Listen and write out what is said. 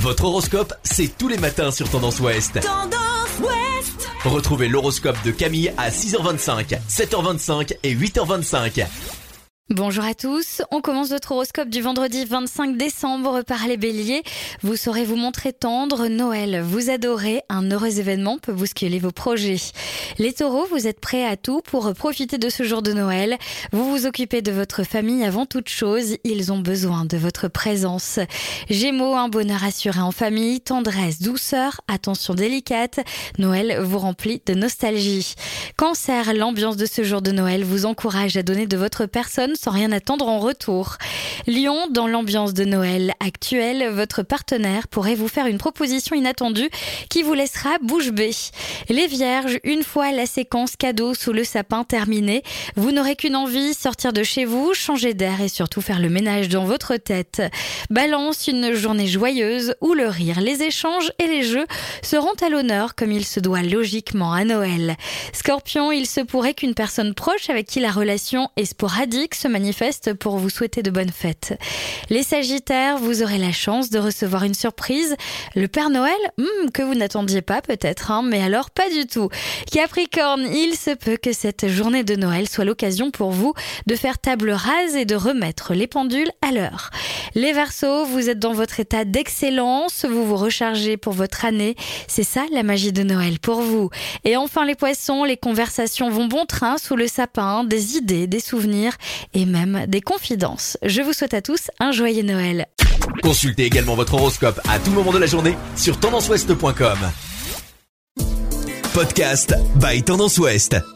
Votre horoscope, c'est tous les matins sur Tendance Ouest. Tendance Ouest. Retrouvez l'horoscope de Camille à 6h25, 7h25 et 8h25. Bonjour à tous, on commence votre horoscope du vendredi 25 décembre par les béliers. Vous saurez vous montrer tendre, Noël vous adorez, un heureux événement peut bousculer vos projets. Les taureaux, vous êtes prêts à tout pour profiter de ce jour de Noël. Vous vous occupez de votre famille avant toute chose, ils ont besoin de votre présence. Gémeaux, un bonheur assuré en famille, tendresse, douceur, attention délicate, Noël vous remplit de nostalgie. Cancer, l'ambiance de ce jour de Noël vous encourage à donner de votre personne sans rien attendre en retour. Lion, dans l'ambiance de Noël actuelle, votre partenaire pourrait vous faire une proposition inattendue qui vous laissera bouche bée. Les Vierges, une fois la séquence cadeau sous le sapin terminée, vous n'aurez qu'une envie, sortir de chez vous, changer d'air et surtout faire le ménage dans votre tête. Balance, une journée joyeuse où le rire, les échanges et les jeux seront à l'honneur comme il se doit logiquement à Noël. Scorpion, il se pourrait qu'une personne proche avec qui la relation est sporadique se manifeste pour vous souhaiter de bonnes fêtes. Les Sagittaires, vous aurez la chance de recevoir une surprise. Le Père Noël, que vous n'attendiez pas peut-être, mais alors pas du tout. Capricorne, il se peut que cette journée de Noël soit l'occasion pour vous de faire table rase et de remettre les pendules à l'heure. Les Verseaux, vous êtes dans votre état d'excellence, vous vous rechargez pour votre année. C'est ça la magie de Noël pour vous. Et enfin les Poissons, les conversations vont bon train sous le sapin, des idées, des souvenirs et même des confidences. Je vous souhaite à tous un joyeux Noël. Consultez également votre horoscope à tout moment de la journée sur tendanceouest.com. Podcast by Tendance Ouest.